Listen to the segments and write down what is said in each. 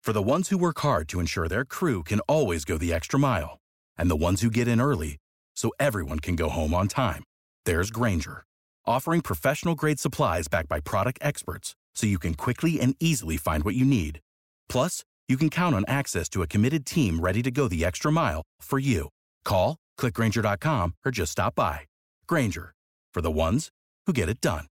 For the ones who work hard to ensure their crew can always go the extra mile, and the ones who get in early so everyone can go home on time, there's Grainger, offering professional-grade supplies backed by product experts so you can quickly and easily find what you need. Plus, you can count on access to a committed team ready to go the extra mile for you. Call, click Grainger.com, or just stop by. Grainger, for the ones who get it done.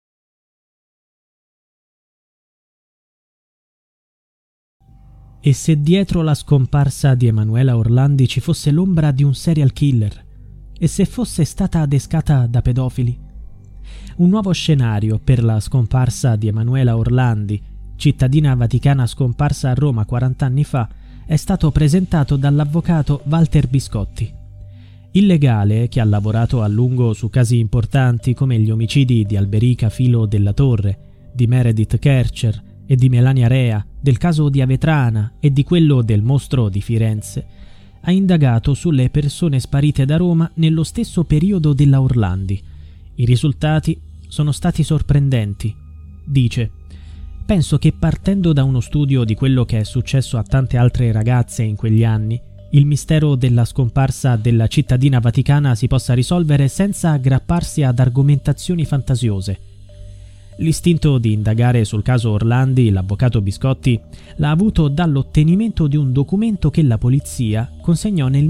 E se dietro la scomparsa di Emanuela Orlandi ci fosse l'ombra di un serial killer? E se fosse stata adescata da pedofili? Un nuovo scenario per la scomparsa di Emanuela Orlandi, cittadina vaticana scomparsa a Roma 40 anni fa, è stato presentato dall'avvocato Walter Biscotti. Il legale, che ha lavorato a lungo su casi importanti come gli omicidi di Alberica Filo della Torre, di Meredith Kercher e di Melania Rea, del caso di Avetrana e di quello del mostro di Firenze, ha indagato sulle persone sparite da Roma nello stesso periodo della Orlandi. I risultati sono stati sorprendenti. Dice: penso che partendo da uno studio di quello che è successo a tante altre ragazze in quegli anni, il mistero della scomparsa della cittadina vaticana si possa risolvere senza aggrapparsi ad argomentazioni fantasiose. L'istinto di indagare sul caso Orlandi, l'avvocato Biscotti, l'ha avuto dall'ottenimento di un documento che la polizia consegnò nel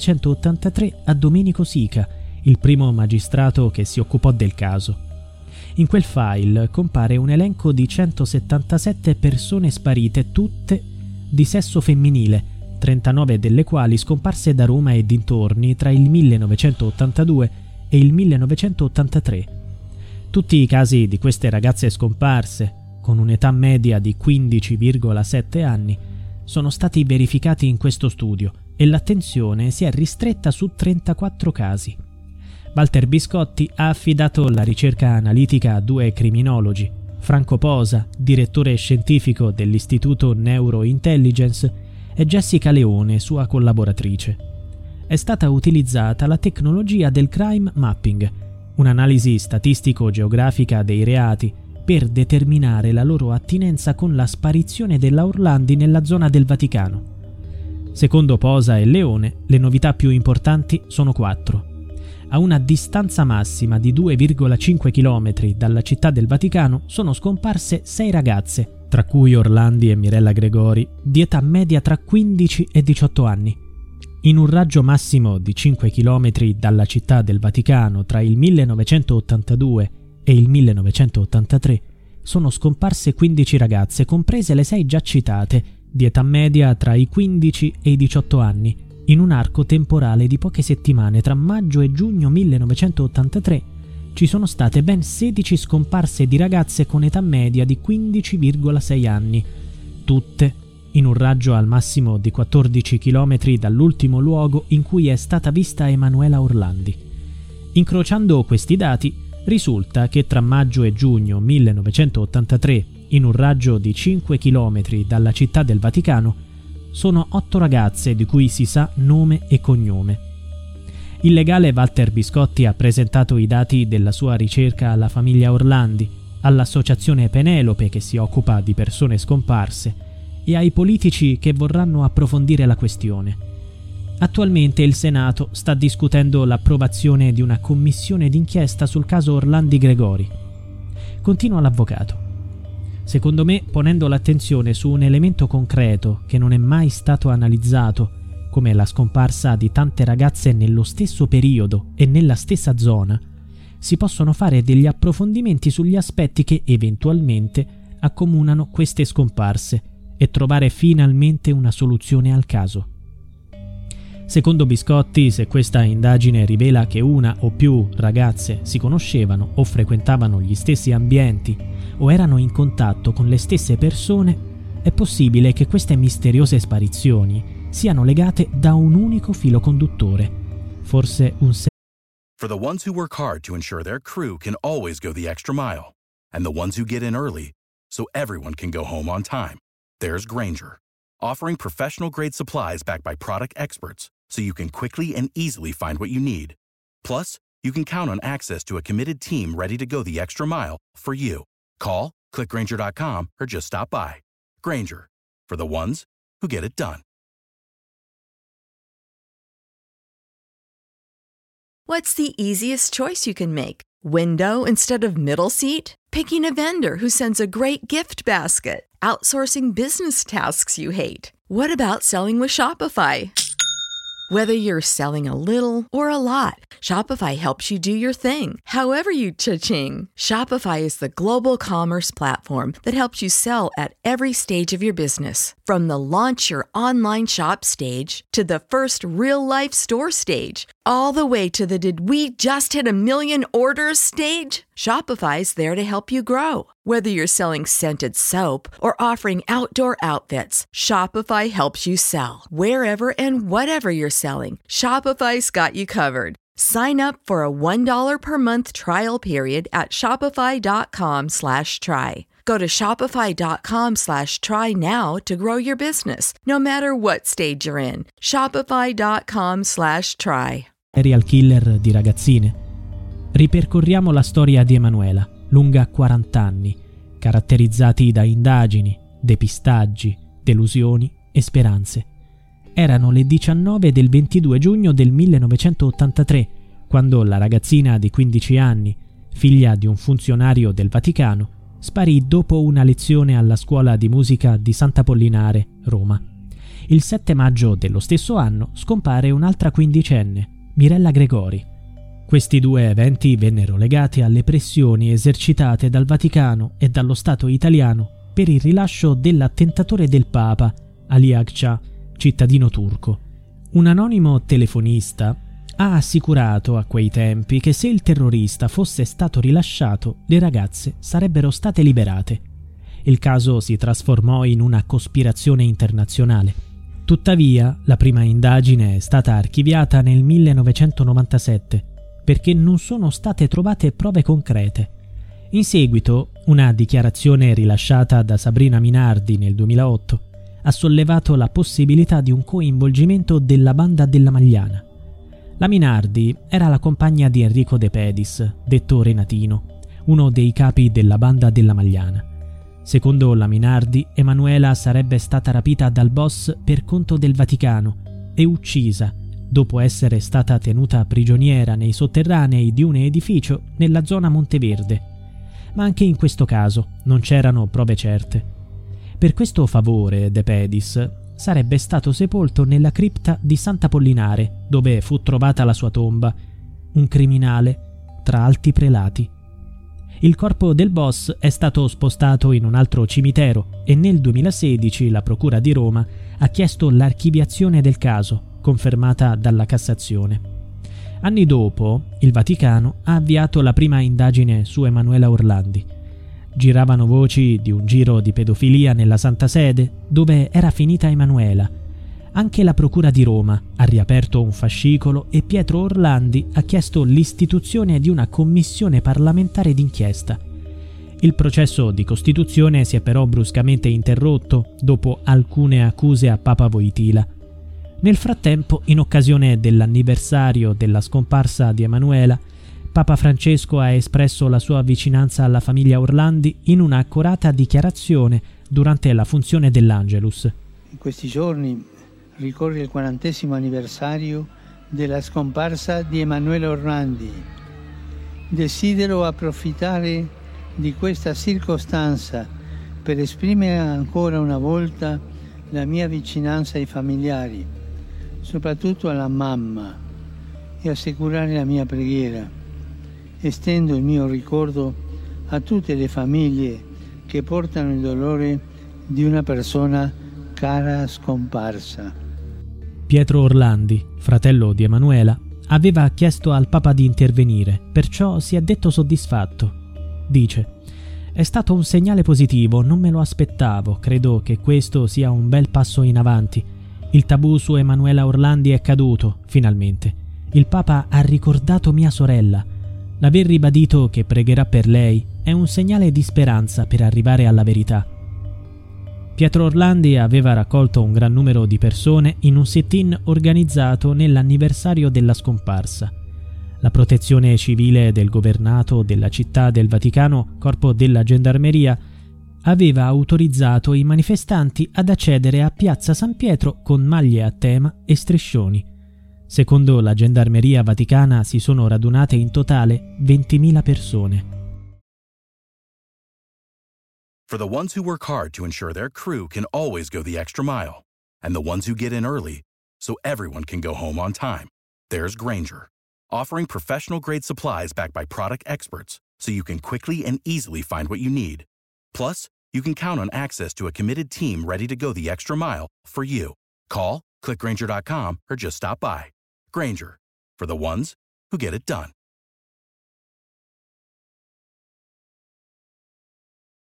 1983 a Domenico Sica, il primo magistrato che si occupò del caso. In quel file compare un elenco di 177 persone sparite, tutte di sesso femminile, 39 delle quali scomparse da Roma e dintorni tra il 1982 e il 1983. Tutti i casi di queste ragazze scomparse, con un'età media di 15,7 anni, sono stati verificati in questo studio e l'attenzione si è ristretta su 34 casi. Walter Biscotti ha affidato la ricerca analitica a due criminologi, Franco Posa, direttore scientifico dell'Istituto Neurointelligence, e Jessica Leone, sua collaboratrice. È stata utilizzata la tecnologia del crime mapping, un'analisi statistico-geografica dei reati per determinare la loro attinenza con la sparizione della Orlandi nella zona del Vaticano. Secondo Posa e Leone, le novità più importanti sono 4. A una distanza massima di 2,5 km dalla città del Vaticano sono scomparse 6 ragazze, tra cui Orlandi e Mirella Gregori, di età media tra 15 e 18 anni. In un raggio massimo di 5 km dalla città del Vaticano tra il 1982 e il 1983 sono scomparse 15 ragazze, comprese le 6 già citate, di età media tra i 15 e i 18 anni, in un arco temporale di poche settimane tra maggio e giugno 1983. Ci sono state ben 16 scomparse di ragazze con età media di 15,6 anni, tutte in un raggio al massimo di 14 km dall'ultimo luogo in cui è stata vista Emanuela Orlandi. Incrociando questi dati, risulta che tra maggio e giugno 1983, in un raggio di 5 km dalla città del Vaticano, sono 8 ragazze di cui si sa nome e cognome. Il legale Walter Biscotti ha presentato i dati della sua ricerca alla famiglia Orlandi, all'associazione Penelope che si occupa di persone scomparse e ai politici che vorranno approfondire la questione. Attualmente il Senato sta discutendo l'approvazione di una commissione d'inchiesta sul caso Orlandi Gregori. Continua l'avvocato. Secondo me, ponendo l'attenzione su un elemento concreto che non è mai stato analizzato, come la scomparsa di tante ragazze nello stesso periodo e nella stessa zona, si possono fare degli approfondimenti sugli aspetti che eventualmente accomunano queste scomparse e trovare finalmente una soluzione al caso. Secondo Biscotti, se questa indagine rivela che una o più ragazze si conoscevano o frequentavano gli stessi ambienti o erano in contatto con le stesse persone, è possibile che queste misteriose sparizioni siano legate da un unico filo conduttore, forse un For the ones who work hard to ensure their crew can always go the extra mile, and the ones who get in early so everyone can go home on time, there's Grainger, offering professional-grade supplies backed by product experts so you can quickly and easily find what you need. Plus, you can count on access to a committed team ready to go the extra mile for you. Call, click Grainger.com, or just stop by. Grainger, for the ones who get it done. What's the easiest choice you can make? Window instead of middle seat? Picking a vendor who sends a great gift basket? Outsourcing business tasks you hate? What about selling with Shopify? Whether you're selling a little or a lot, Shopify helps you do your thing, however you cha-ching. Shopify is the global commerce platform that helps you sell at every stage of your business. From the launch your online shop stage to the first real-life store stage, all the way to the did we just hit a million orders stage. Shopify's there to help you grow. Whether you're selling scented soap or offering outdoor outfits, Shopify helps you sell. Wherever and whatever you're selling, Shopify's got you covered. Sign up for a $1 per month trial period at shopify.com/try. Go to shopify.com/try now to grow your business, no matter what stage you're in. Shopify.com/try. Serial killer di ragazzine. Ripercorriamo la storia di Emanuela, lunga 40 anni, caratterizzati da indagini, depistaggi, delusioni e speranze. Erano le 19 del 22 giugno del 1983, quando la ragazzina di 15 anni, figlia di un funzionario del Vaticano, sparì dopo una lezione alla scuola di musica di Sant'Apollinare, Roma. Il 7 maggio dello stesso anno scompare un'altra quindicenne, Mirella Gregori. Questi due eventi vennero legati alle pressioni esercitate dal Vaticano e dallo Stato italiano per il rilascio dell'attentatore del Papa, Ali Agca, cittadino turco. Un anonimo telefonista ha assicurato a quei tempi che se il terrorista fosse stato rilasciato, le ragazze sarebbero state liberate. Il caso si trasformò in una cospirazione internazionale. Tuttavia, la prima indagine è stata archiviata nel 1997 perché non sono state trovate prove concrete. In seguito, una dichiarazione rilasciata da Sabrina Minardi nel 2008 ha sollevato la possibilità di un coinvolgimento della banda della Magliana. La Minardi era la compagna di Enrico De Pedis, detto Renatino, uno dei capi della banda della Magliana. Secondo la Minardi, Emanuela sarebbe stata rapita dal boss per conto del Vaticano e uccisa dopo essere stata tenuta prigioniera nei sotterranei di un edificio nella zona Monteverde. Ma anche in questo caso non c'erano prove certe. Per questo favore De Pedis sarebbe stato sepolto nella cripta di Sant'Apollinare, dove fu trovata la sua tomba, un criminale tra alti prelati. Il corpo del boss è stato spostato in un altro cimitero e nel 2016 la Procura di Roma ha chiesto l'archiviazione del caso, confermata dalla Cassazione. Anni dopo, il Vaticano ha avviato la prima indagine su Emanuela Orlandi. Giravano voci di un giro di pedofilia nella Santa Sede, dove era finita Emanuela. Anche la Procura di Roma ha riaperto un fascicolo e Pietro Orlandi ha chiesto l'istituzione di una commissione parlamentare d'inchiesta. Il processo di costituzione si è però bruscamente interrotto dopo alcune accuse a Papa Wojtyla. Nel frattempo, in occasione dell'anniversario della scomparsa di Emanuela, Papa Francesco ha espresso la sua vicinanza alla famiglia Orlandi in una accurata dichiarazione durante la funzione dell'Angelus. In questi giorni ricorre il 40° anniversario della scomparsa di Emanuela Orlandi. Desidero approfittare di questa circostanza per esprimere ancora una volta la mia vicinanza ai familiari, soprattutto alla mamma, e assicurare la mia preghiera. Estendo il mio ricordo a tutte le famiglie che portano il dolore di una persona cara scomparsa. Pietro Orlandi, fratello di Emanuela, aveva chiesto al Papa di intervenire, perciò si è detto soddisfatto. Dice: «È stato un segnale positivo, non me lo aspettavo, credo che questo sia un bel passo in avanti. Il tabù su Emanuela Orlandi è caduto, finalmente. Il Papa ha ricordato mia sorella. L'aver ribadito che pregherà per lei è un segnale di speranza per arrivare alla verità». Pietro Orlandi aveva raccolto un gran numero di persone in un sit-in organizzato nell'anniversario della scomparsa. La protezione civile del governato della città del Vaticano, corpo della gendarmeria, aveva autorizzato i manifestanti ad accedere a Piazza San Pietro con maglie a tema e striscioni. Secondo la Gendarmeria Vaticana si sono radunate in totale 20.000 persone. For the ones who work hard to ensure their crew can always go the extra mile, and the ones who get in early so everyone can go home on time, there's Grainger, offering professional-grade supplies backed by product experts so you can quickly and easily find what you need. Plus, you can count on access to a committed team ready to go the extra mile for you. Call, click Grainger.com, or just stop by. Grainger, for the ones who get it done.